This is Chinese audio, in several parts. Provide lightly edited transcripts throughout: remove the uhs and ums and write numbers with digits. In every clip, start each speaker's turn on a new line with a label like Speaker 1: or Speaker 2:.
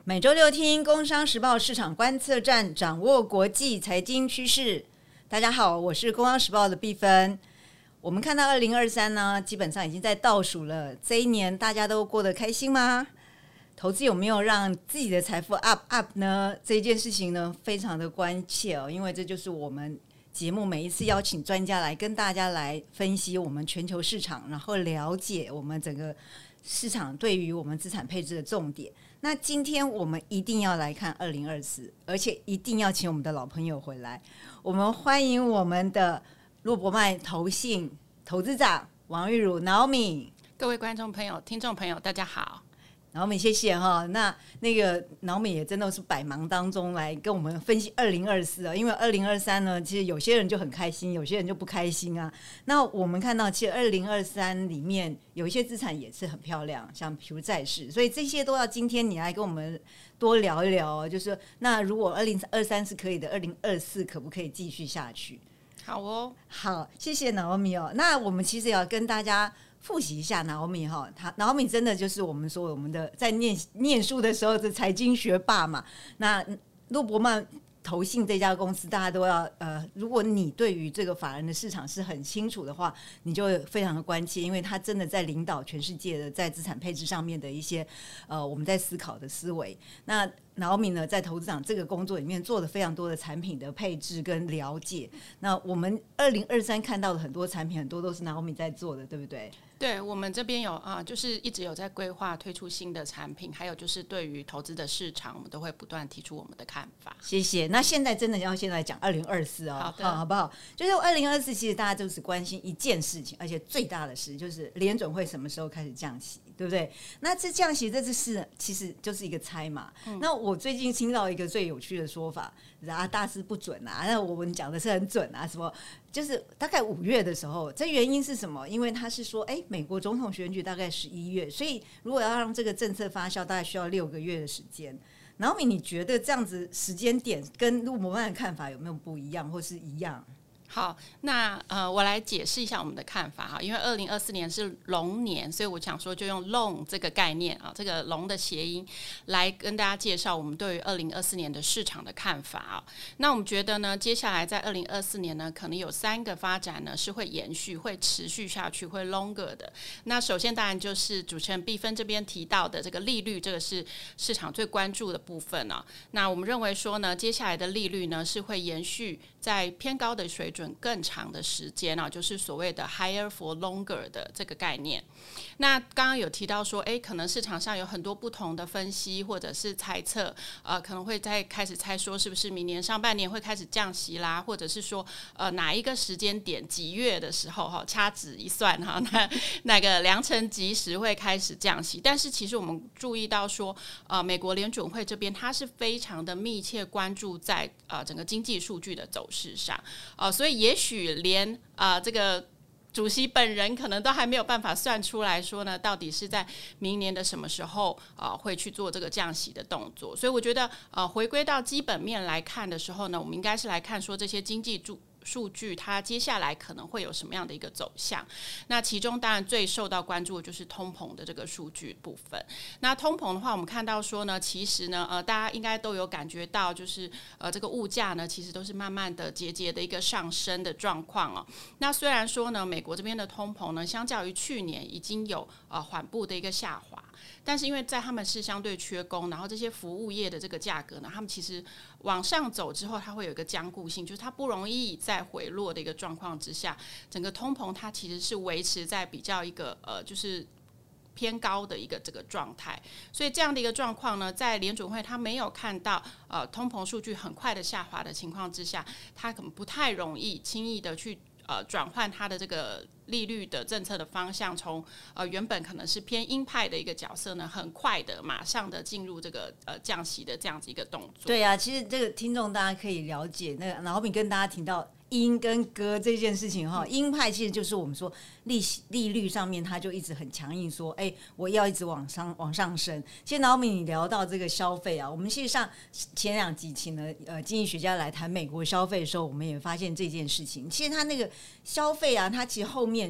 Speaker 1: 每周六听《工商时报市场观测站》，掌握国际财经趋势。大家好，我是《工商时报》的碧芬。我们看到2023呢，基本上已经在倒数了。这一年大家都过得开心吗？投资有没有让自己的财富 up 呢？这一件事情呢，非常的关切哦，因为这就是我们节目每一次邀请专家来跟大家来分析我们全球市场，然后了解我们整个市场对于我们资产配置的重点。那今天我们一定要来看2024，而且一定要请我们的老朋友回来。我们欢迎我们的洛伯麦投信投资长王玉茹 Naomi。
Speaker 2: 各位观众朋友、听众朋友，大家好。
Speaker 1: Naomi， 谢谢哈。那个Naomi也真的是百忙当中来跟我们分析2024啊，因为2023呢，其实有些人就很开心，有些人就不开心啊。那我们看到，其实2023里面有一些资产也是很漂亮，像比如债市，所以这些都要今天你来跟我们多聊一聊。就是那如果2023是可以的，2024可不可以继续下去？
Speaker 2: 好哦，
Speaker 1: 好，谢谢Naomi哦。那我们其实也要跟大家复习一下Naomi哈，Naomi真的就是我们说我们的在念书的时候的财经学霸嘛。那洛伯曼投信这家公司，大家都要如果你对于这个法人的市场是很清楚的话，你就会非常的关切，因为他真的在领导全世界的在资产配置上面的一些我们在思考的思维。那Naomi呢，在投资长这个工作里面做了非常多的产品的配置跟了解。那我们2023看到的很多产品，很多都是Naomi在做的，对不对？
Speaker 2: 对，我们这边有就是一直有在规划推出新的产品，还有就是对于投资的市场，我们都会不断提出我们的看法。
Speaker 1: 谢谢。那现在真的要现在讲2024哦，
Speaker 2: 好的，
Speaker 1: 好不好？就是2024，其实大家都是关心一件事情，而且最大的事就是联准会什么时候开始降息，对不对？那这降息这事其实就是一个猜嘛。那我最近听到一个最有趣的说法，大师不准啊，那我们讲的是很准啊，什么？就是大概5月的时候，这原因是什么？因为他是说，美国总统选举大概11月，所以如果要让这个政策发酵，大概需要6个月的时间。Naomi，你觉得这样子时间点跟洛伯曼的看法有没有不一样，或是一样？
Speaker 2: 好，那我来解释一下我们的看法哈，因为2024年是龙年，所以我想说就用 long 这个概念啊，这个龙的谐音来跟大家介绍我们对于2024年的市场的看法啊。那我们觉得呢，接下来在2024年呢，可能有3个发展呢是会延续、会持续下去、会 longer 的。那首先当然就是主持人碧芬这边提到的这个利率，这个是市场最关注的部分啊。那我们认为说呢，接下来的利率呢是会延续在偏高的水准更长的时间啊，就是所谓的 higher for longer 的这个概念。那刚刚有提到说，可能市场上有很多不同的分析或者是猜测，可能会在开始猜说是不是明年上半年会开始降息啦，或者是说哪一个时间点几月的时候哈，掐指一算哈，那个良辰吉时会开始降息。但是其实我们注意到说，美国联准会这边它是非常的密切关注在整个经济数据的走势上，所以也许连这个主席本人可能都还没有办法算出来说呢，到底是在明年的什么时候会去做这个降息的动作。所以我觉得回归到基本面来看的时候呢，我们应该是来看说这些经济数据它接下来可能会有什么样的一个走向。那其中当然最受到关注的就是通膨的这个数据部分。那通膨的话，我们看到说呢，其实呢大家应该都有感觉到，就是这个物价呢其实都是慢慢的节节的一个上升的状况哦。那虽然说呢美国这边的通膨呢相较于去年已经有缓步的一个下滑，但是因为在他们是相对缺工，然后这些服务业的这个价格呢，他们其实往上走之后，它会有一个僵固性，就是它不容易在回落的一个状况之下，整个通膨它其实是维持在比较一个就是偏高的一个这个状态。所以这样的一个状况呢，在联准会它没有看到通膨数据很快的下滑的情况之下，它可能不太容易轻易的去转换它的这个利率的政策的方向，从原本可能是偏鹰派的一个角色呢，很快的马上的进入这个降息的这样子一个动作。
Speaker 1: 对啊，其实这个听众大家可以了解，那个Naomi跟大家提到鹰跟鸽这件事情哈，鹰派其实就是我们说利率上面，它就一直很强硬说，我要一直往上升。其实Naomi你聊到这个消费啊，我们事实上前2集请了经济学家来谈美国消费的时候，我们也发现这件事情，其实它那个消费啊，它其实后面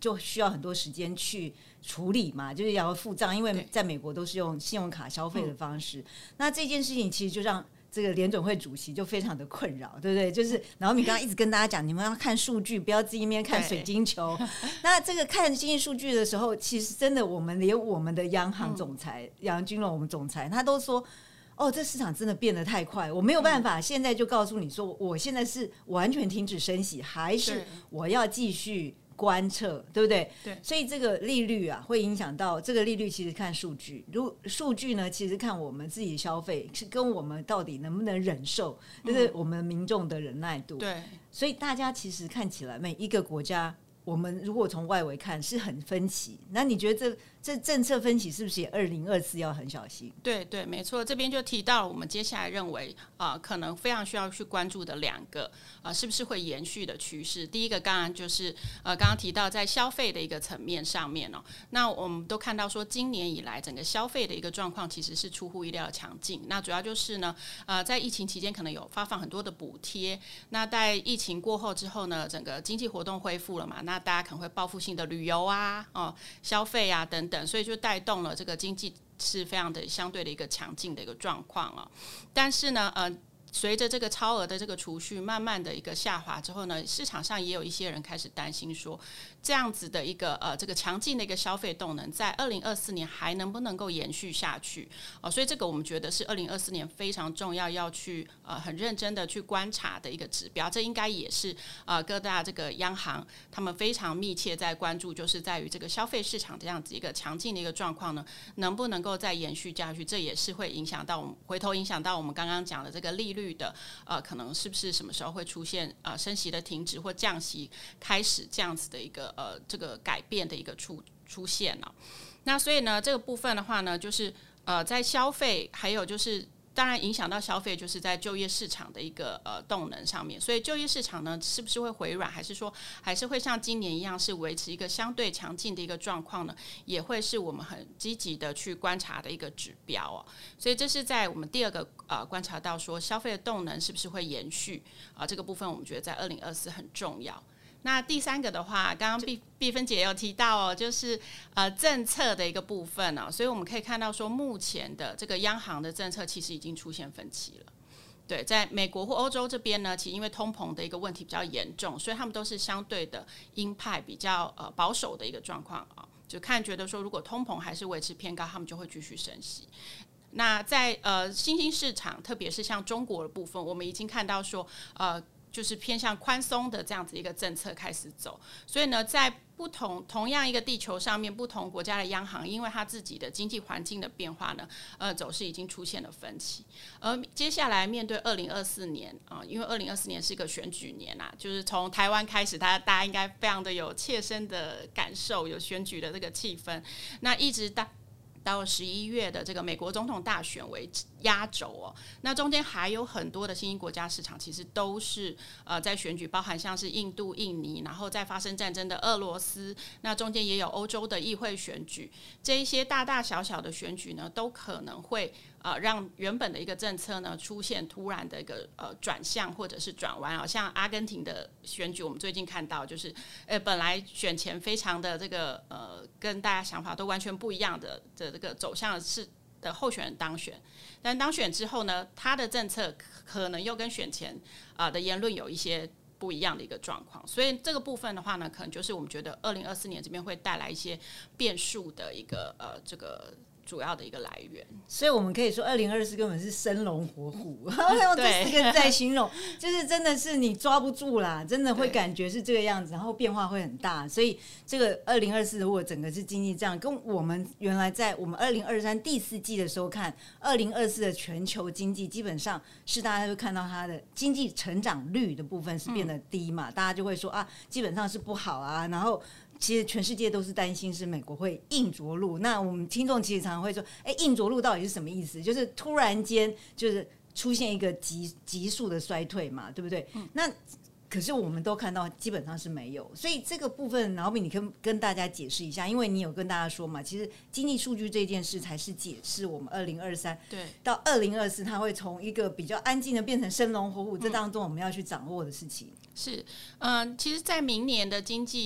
Speaker 1: 就需要很多时间去处理嘛，就是要付账，因为在美国都是用信用卡消费的方式。那这件事情其实就让这个联准会主席就非常的困扰，对不对？就是然后你刚刚一直跟大家讲，你们要看数据，不要自己一面看水晶球。那这个看经济数据的时候，其实真的连我们的央行总裁杨金龙，我们总裁他都说。这市场真的变得太快，我没有办法现在就告诉你说，我现在是完全停止升息，还是我要继续观测，对不对？
Speaker 2: 对，
Speaker 1: 所以这个利率啊，会影响到这个利率。其实看数据，数据呢，其实看我们自己消费是跟我们到底能不能忍受，就是我们民众的忍耐度。
Speaker 2: 对，
Speaker 1: 所以大家其实看起来每一个国家，我们如果从外围看是很分歧。那你觉得这政策分歧是不是也2024要很小心？
Speaker 2: 对对，没错，这边就提到了我们接下来认为可能非常需要去关注的2个是不是会延续的趋势。第一个当然就是刚刚提到在消费的一个层面上面那我们都看到说今年以来整个消费的一个状况其实是出乎意料的强劲。那主要就是呢在疫情期间可能有发放很多的补贴，那在疫情过后之后呢，整个经济活动恢复了嘛，那大家可能会报复性的旅游消费啊等等，所以就带动了这个经济是非常的相对的一个强劲的一个状况但是呢随着这个超额的这个储蓄慢慢的一个下滑之后呢，市场上也有一些人开始担心说，这样子的一个这个强劲的一个消费动能，在2024年还能不能够延续下去所以这个我们觉得是2024年非常重要要去很认真的去观察的一个指标。这应该也是各大这个央行他们非常密切在关注，就是在于这个消费市场这样子一个强劲的一个状况呢，能不能够再延续下去？这也是会影响到我们回头影响到我们刚刚讲的这个利率的可能是不是什么时候会出现升息的停止或降息开始这样子的一个这个改变的一个出现那所以呢这个部分的话呢，就是在消费还有就是当然影响到消费，就是在就业市场的一个动能上面。所以就业市场呢，是不是会回软，还是说还是会像今年一样是维持一个相对强劲的一个状况呢？也会是我们很积极的去观察的一个指标所以这是在我们第2个观察到说消费的动能是不是会延续这个部分，我们觉得在2024很重要。那第3个的话，刚刚碧芬姐也有提到就是政策的一个部分所以我们可以看到说，目前的这个央行的政策其实已经出现分歧了。对，在美国或欧洲这边呢，其实因为通膨的一个问题比较严重，所以他们都是相对的鹰派比较保守的一个状况就觉得说如果通膨还是维持偏高，他们就会继续升息。那在新兴市场，特别是像中国的部分，我们已经看到说就是偏向宽松的这样子一个政策开始走，所以呢，在同样一个地球上面，不同国家的央行，因为它自己的经济环境的变化呢，走势已经出现了分歧。而接下来面对2024年因为2024年是一个选举年就是从台湾开始，大家应该非常的有切身的感受，有选举的这个气氛，那一直到11月的这个美国总统大选为压轴那中间还有很多的新兴国家市场其实都是在选举，包含像是印度、印尼，然后在发生战争的俄罗斯，那中间也有欧洲的议会选举，这一些大大小小的选举呢，都可能会让原本的一个政策呢出现突然的一个转向或者是转弯像阿根廷的选举，我们最近看到就是本来选前非常的这个跟大家想法都完全不一样的这个走向是的候选人当选，但当选之后呢，他的政策可能又跟选前的言论有一些不一样的一个状况，所以这个部分的话呢，可能就是我们觉得2024年这边会带来一些变数的一个这个主要的一个来源。
Speaker 1: 所以我们可以说2024根本是生龙活虎用这4个字来形容就是真的是你抓不住啦，真的会感觉是这个样子，然后变化会很大。所以这个2024如果整个是经济这样，跟我们原来在我们2023第4季的时候看2024的全球经济，基本上是大家会看到它的经济成长率的部分是变得低嘛，大家就会说基本上是不好然后其实全世界都是担心是美国会硬着陆。那我们听众其实常常会说硬着陆到底是什么意思，就是突然间就是出现一个急速的衰退嘛，对不对那可是我们都看到基本上是没有，所以这个部分老米你跟大家解释一下，因为你有跟大家说嘛，其实经济数据这件事才是解释我们2023
Speaker 2: 对
Speaker 1: 到2024它会从一个比较安静的变成生龙活虎这当中我们要去掌握的事情。
Speaker 2: 是其实在明年的经济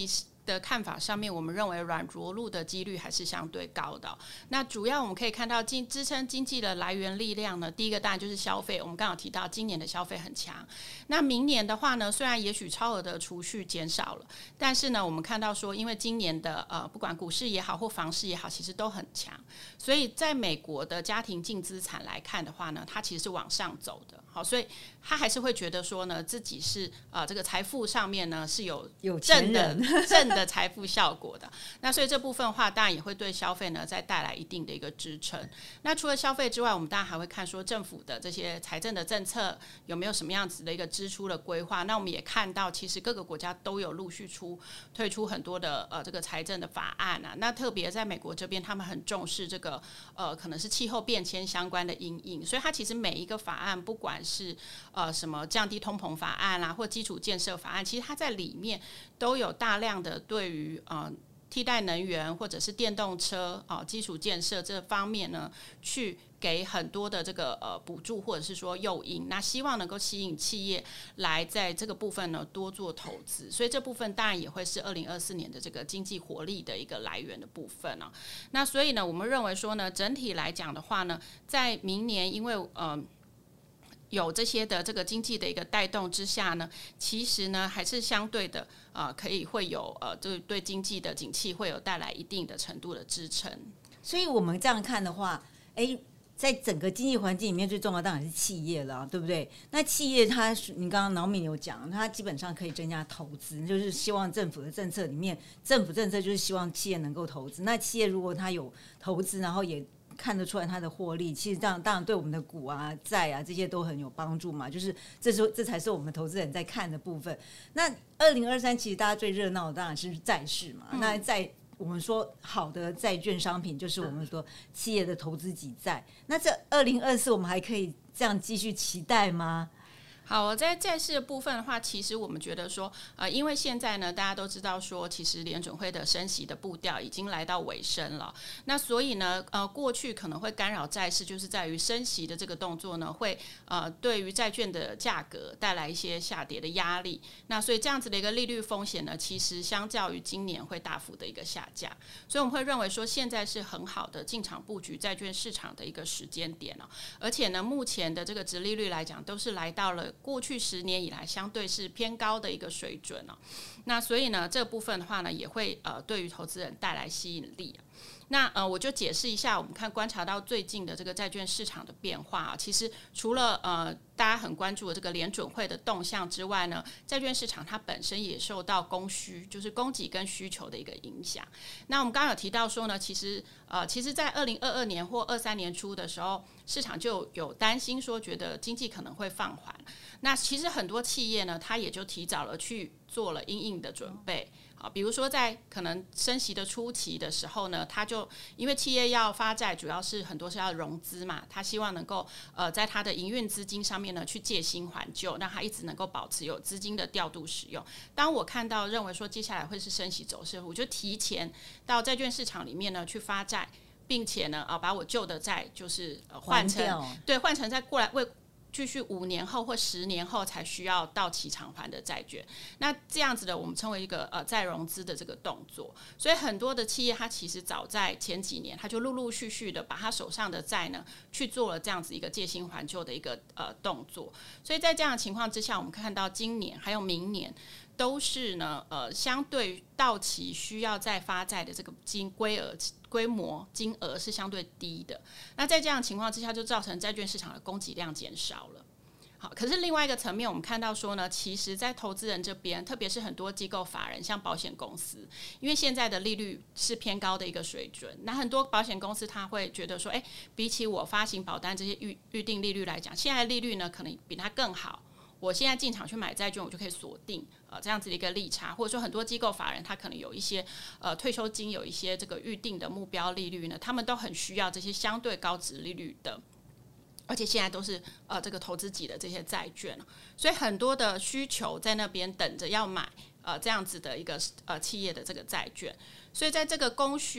Speaker 2: 的看法上面，我们认为软着陆的几率还是相对高的。那主要我们可以看到支撑经济的来源力量呢，第一个当然就是消费。我们刚刚有提到今年的消费很强，那明年的话呢，虽然也许超额的储蓄减少了，但是呢，我们看到说，因为今年的不管股市也好或房市也好，其实都很强，所以在美国的家庭净资产来看的话呢，它其实是往上走的。好，所以他还是会觉得说呢，自己是这个财富上面呢是有正的财富效果的。那所以这部分的话，当然也会对消费呢再带来一定的一个支撑。那除了消费之外，我们当然还会看说政府的这些财政的政策有没有什么样子的一个支出的规划。那我们也看到，其实各个国家都有陆续推出很多的这个财政的法案啊。那特别在美国这边，他们很重视这个可能是气候变迁相关的因应，所以它其实每一个法案，不管是什么降低通膨法案啦，或基础建设法案，其实它在里面都有大量的对于替代能源或者是电动车基础建设这方面呢，去给很多的这个补助或者是说诱因，那希望能够吸引企业来在这个部分呢多做投资，所以这部分当然也会是2024年的这个经济活力的一个来源的部分那所以呢，我们认为说呢，整体来讲的话呢，在明年因为有这些的这个经济的一个带动之下呢，其实呢还是相对的可以会有对经济的景气会有带来一定的程度的支撑。
Speaker 1: 所以我们这样看的话，在整个经济环境里面，最重要当然是企业了，对不对？那企业它，你刚刚脑敏有讲，它基本上可以增加投资，就是希望政府的政策里面，政府政策就是希望企业能够投资。那企业如果它有投资，然后也看得出来它的获利，其实这样当然对我们的股啊、债啊这些都很有帮助嘛。就是这才是我们投资人在看的部分。那2023其实大家最热闹的当然是债市嘛。那我们说好的债券商品，就是我们说企业的投资级债。那这2024我们还可以这样继续期待吗？
Speaker 2: 好，在债市的部分的话，其实我们觉得说，因为现在呢，大家都知道说，其实联准会的升息的步调已经来到尾声了。那所以呢，过去可能会干扰债市，就是在于升息的这个动作呢，会对于债券的价格带来一些下跌的压力。那所以这样子的一个利率风险呢，其实相较于今年会大幅的一个下降。所以我们会认为说，现在是很好的进场布局债券市场的一个时间点而且呢，目前的这个殖利率来讲，都是来到了过去10年以来相对是偏高的一个水准那所以呢，这部分的话呢，也会对于投资人带来吸引力那我就解释一下，我们观察到最近的这个债券市场的变化其实除了大家很关注的这个联准会的动向之外呢，债券市场它本身也受到供需，就是供给跟需求的一个影响。那我们刚刚有提到说呢，其实在2022年或23年初的时候，市场就有担心说，觉得经济可能会放缓。那其实很多企业呢，它也就提早了去做了因应的准备。比如说在可能升息的初期的时候呢，它就因为企业要发债，主要是很多是要融资嘛，它希望能够在它的营运资金上面呢去借新还旧，让它一直能够保持有资金的调度使用。当我看到认为说接下来会是升息走势，我就提前到债券市场里面呢去发债，并且呢把我旧的债就是换成再过来为继续5年后或10年后才需要到期偿还的债券，那这样子的我们称为一个再融资的这个动作。所以很多的企业它其实早在前几年，它就陆陆续续的把它手上的债呢去做了这样子一个借新还旧的一个动作。所以在这样的情况之下，我们看到今年还有明年都是呢相对于到期需要再发债的这个规模金额是相对低的。那在这样的情况之下，就造成债券市场的供给量减少了。好，可是另外一个层面，我们看到说呢，其实在投资人这边，特别是很多机构法人，像保险公司，因为现在的利率是偏高的一个水准，那很多保险公司他会觉得说，比起我发行保单这些预定利率来讲，现在的利率呢可能比它更好。我现在进场去买债券，我就可以锁定这样子的一个利差，或者说很多机构法人他可能有一些退休金有一些这个预定的目标利率呢，他们都很需要这些相对高殖利率的，而且现在都是这个投资级的这些债券，所以很多的需求在那边等着要买这样子的一个企业的这个债券，所以在这个供需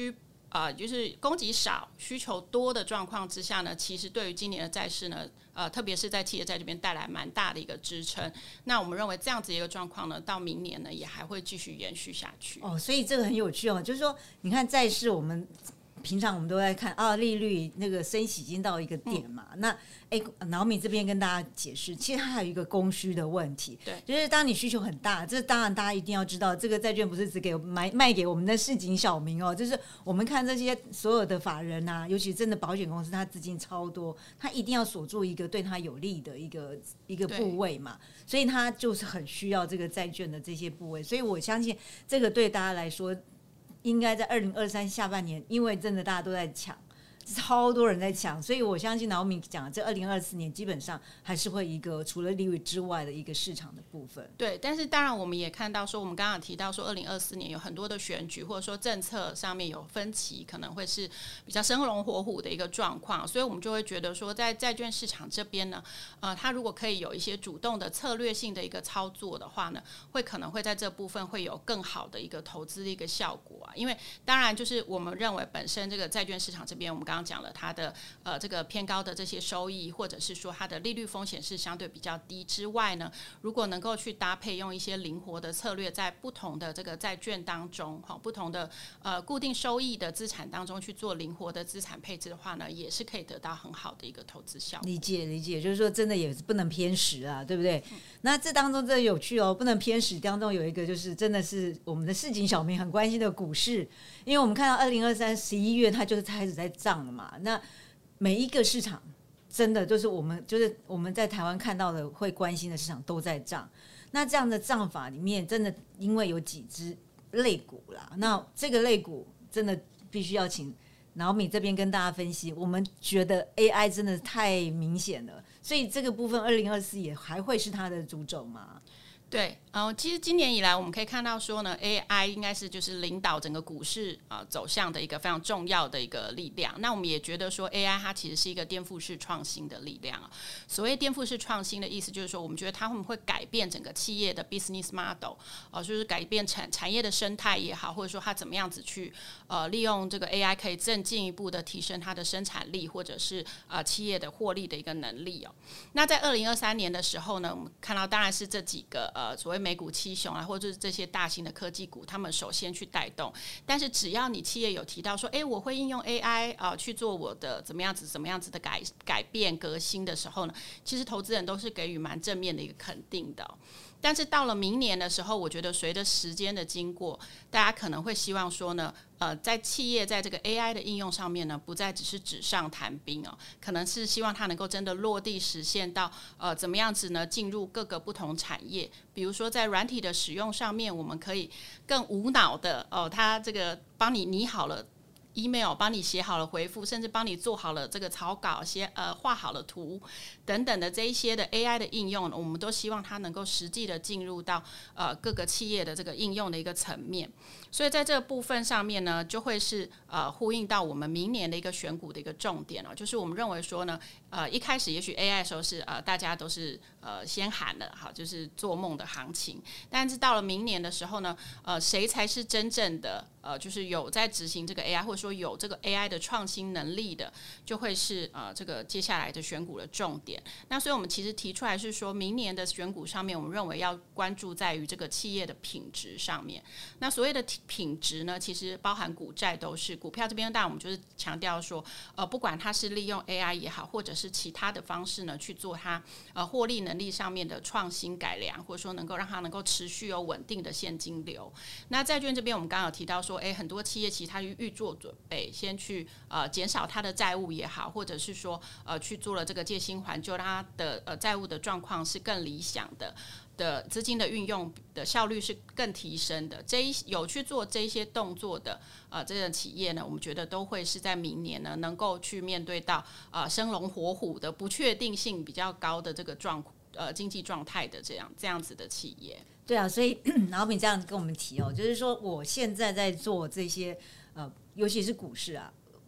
Speaker 2: 就是供给少、需求多的状况之下呢，其实对于今年的债市呢，特别是在企业债这边带来蛮大的一个支撑。那我们认为这样子一个状况呢，到明年呢也还会继续延续下去。
Speaker 1: 所以这个很有趣哦，就是说，你看债市我们。平常我们都在看利率那个升息已经到一个点嘛，那Naomi 这边跟大家解释，其实它还有一个供需的问题，
Speaker 2: 对，
Speaker 1: 就是当你需求很大，这当然大家一定要知道，这个债券不是只给卖给我们的市井小民哦，就是我们看这些所有的法人啊，尤其真的保险公司，它资金超多，它一定要锁住一个对它有利的一个部位嘛，所以它就是很需要这个债券的这些部位，所以我相信这个对大家来说。应该在2023下半年，因为真的大家都在抢，超多人在抢，所以我相信Naomi讲这2024年基本上还是会一个除了利率之外的一个市场的部分。
Speaker 2: 对，但是当然我们也看到说，我们刚刚提到说2024年有很多的选举或者说政策上面有分歧，可能会是比较生龙活虎的一个状况，所以我们就会觉得说，在债券市场这边呢，它如果可以有一些主动的策略性的一个操作的话呢，可能会在这部分会有更好的一个投资的一个效果啊。因为当然就是我们认为本身这个债券市场这边，我们刚刚讲了它的这个偏高的这些收益，或者是说它的利率风险是相对比较低之外呢，如果能够去搭配用一些灵活的策略，在不同的这个债券当中，不同的固定收益的资产当中去做灵活的资产配置的话呢，也是可以得到很好的一个投资效果。
Speaker 1: 理解，就是说真的也是不能偏食啊，对不对？那这当中真的有趣哦，不能偏食当中有一个就是真的是我们的市井小民很关心的股市，因为我们看到2023 11月它就是开始在涨了嘛，那每一个市场真的就是我们在台湾看到的会关心的市场都在涨。那这样的涨法里面，真的因为有几只类股啦，那这个类股真的必须要请Naomi这边跟大家分析。我们觉得 AI 真的太明显了，所以这个部分2024也还会是它的主轴吗？
Speaker 2: 对，其实今年以来我们可以看到说呢 ，AI 应该是就是领导整个股市走向的一个非常重要的一个力量。那我们也觉得说 AI 它其实是一个颠覆式创新的力量。所谓颠覆式创新的意思就是说，我们觉得它会改变整个企业的 business model，就是改变产业的生态也好，或者说它怎么样子去利用这个 AI 可以更进一步的提升它的生产力，或者是企业的获利的一个能力哦。那在2023年的时候呢，我们看到当然是这几个所谓美股七雄啊，或者是这些大型的科技股，他们首先去带动。但是只要你企业有提到说，我会应用 AI 去做我的怎么样子的改变革新的时候呢，其实投资人都是给予蛮正面的一个肯定的。但是到了明年的时候，我觉得随着时间的经过，大家可能会希望说呢，在企业在这个 AI 的应用上面呢，不再只是纸上谈兵哦，可能是希望它能够真的落地实现到怎么样子呢？进入各个不同产业，比如说在软体的使用上面，我们可以更无脑的它这个帮你拟好了email， 帮你写好了回复，甚至帮你做好了这个草稿，画好了图等等的这一些的 AI 的应用，我们都希望它能够实际的进入到各个企业的这个应用的一个层面。所以在这个部分上面呢，就会是呼应到我们明年的一个选股的一个重点哦，就是我们认为说呢，一开始也许 AI 的时候是大家都是先喊了，好，就是做梦的行情，但是到了明年的时候呢，谁才是真正的就是有在执行这个 AI， 或者说有这个 AI 的创新能力的，就会是这个接下来的选股的重点。那所以我们其实提出来是说，明年的选股上面，我们认为要关注在于这个企业的品质上面。那所谓的品质呢，其实包含股债都是。股票这边当然我们就是强调说，不管它是利用 AI 也好，或者是其他的方式呢去做它获利能力上面的创新改良，或者说能够让它能够持续有稳定的现金流。那债券这边我们刚刚有提到说，很多企业其实它预做准备，先去减少它的债务也好，或者是说去做了这个借新还旧，让它的债务的状况是更理想的资金的运用的效率是更提升的。有去做这一些动作的这个企业呢，我们觉得都会是在明年呢能够去面对到生龙活虎的不确定性比较高的这个经济状态的这样子的企业。
Speaker 1: 对啊，所以Naomi这样跟我们提就是说我现在在做这些尤其是股市啊，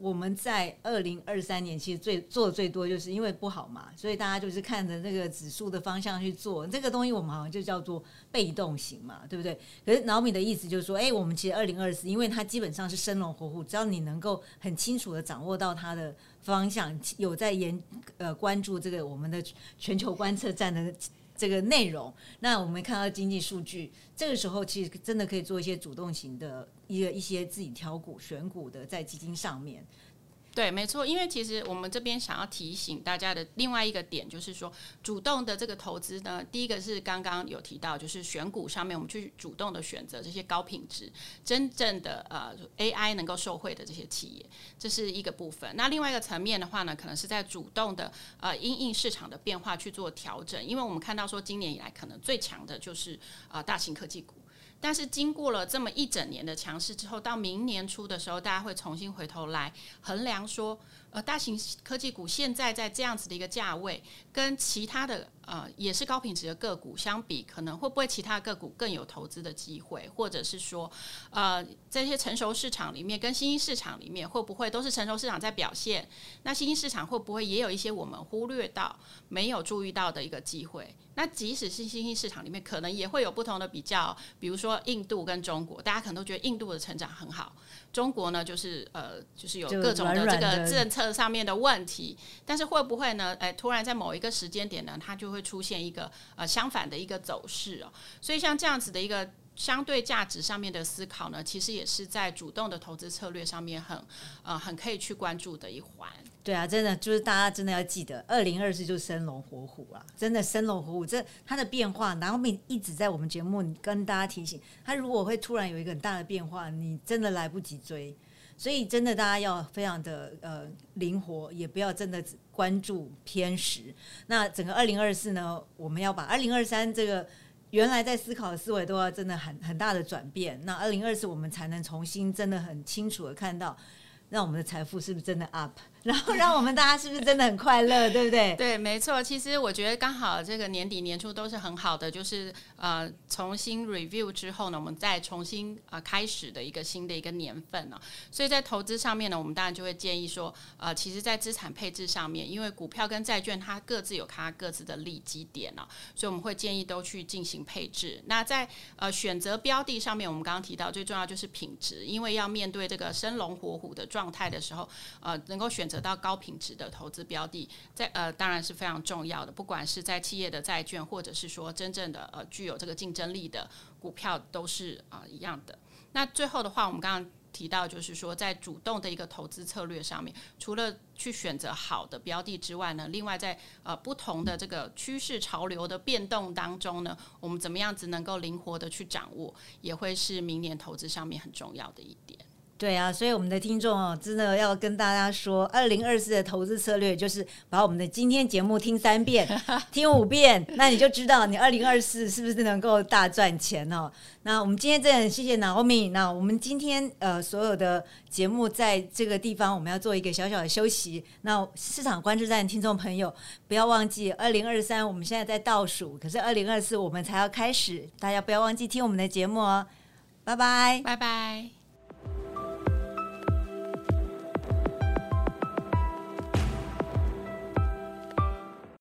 Speaker 1: 我们在2023年其实做的最多，就是因为不好嘛，所以大家就是看着那个指数的方向去做这个东西，我们好像就叫做被动型嘛，对不对？可是Naomi的意思就是说，我们其实2024，因为它基本上是生龙活虎，只要你能够很清楚的掌握到它的方向，有在关注这个我们的全球观测站的这个内容，那我们看到经济数据，这个时候其实真的可以做一些主动型的一些自己挑股选股的在基金上面。
Speaker 2: 对，没错，因为其实我们这边想要提醒大家的另外一个点就是说，主动的这个投资呢，第一个是刚刚有提到，就是选股上面我们去主动的选择这些高品质、真正的AI 能够受惠的这些企业，这是一个部分。那另外一个层面的话呢，可能是在主动的因应市场的变化去做调整，因为我们看到说今年以来可能最强的就是大型科技股。但是经过了这么一整年的强势之后，到明年初的时候，大家会重新回头来衡量说，大型科技股现在在这样子的一个价位，跟其他的也是高品质的个股相比，可能会不会其他个股更有投资的机会，或者是说，这些成熟市场里面跟新兴市场里面，会不会都是成熟市场在表现？那新兴市场会不会也有一些我们忽略到、没有注意到的一个机会？那即使是新兴市场里面，可能也会有不同的比较，比如说印度跟中国，大家可能都觉得印度的成长很好，中国呢就是有各种的这个政策上面的问题，但是会不会呢？突然在某一个时间点呢，它就会出现一个相反的一个走势哦。所以像这样子的一个相对价值上面的思考呢，其实也是在主动的投资策略上面很可以去关注的一环。
Speaker 1: 对啊，真的就是大家真的要记得，2024就是生龙活虎啊，真的生龙活虎，这它的变化，然后一直在我们节目跟大家提醒，它如果会突然有一个很大的变化，你真的来不及追，所以真的大家要非常的灵活，也不要真的只关注偏食。那整个2024呢，我们要把2023这个原来在思考的思维都要真的很大的转变，那2024我们才能重新真的很清楚的看到，让我们的财富是不是真的 up， 然后让我们大家是不是真的很快乐，对不对？
Speaker 2: 对，没错。其实我觉得刚好这个年底年初都是很好的，就是重新 review 之后呢，我们再重新开始的一个新的一个年份呢。所以在投资上面呢，我们当然就会建议说，其实在资产配置上面，因为股票跟债券它各自有它各自的利基点呢，所以我们会建议都去进行配置。那在选择标的上面，我们刚刚提到最重要就是品质，因为要面对这个生龙活虎的状态的时候，能够选择到高品质的投资标的，当然是非常重要的。不管是在企业的债券，或者是说真正的具有这个竞争力的股票，都是一样的。那最后的话，我们刚刚提到，就是说在主动的一个投资策略上面，除了去选择好的标的之外呢，另外在不同的这个趋势潮流的变动当中呢，我们怎么样子能够灵活的去掌握，也会是明年投资上面很重要的一点。
Speaker 1: 对啊，所以我们的听众真的要跟大家说，2024的投资策略就是把我们的今天节目听3遍，听5遍，那你就知道你2024是不是能够大赚钱哦。那我们今天真的很谢谢 Naomi， 那我们今天所有的节目在这个地方我们要做一个小小的休息。那市场观测站的听众朋友不要忘记，2023我们现在在倒数，可是2024我们才要开始，大家不要忘记听我们的节目哦。拜拜，
Speaker 2: 拜拜。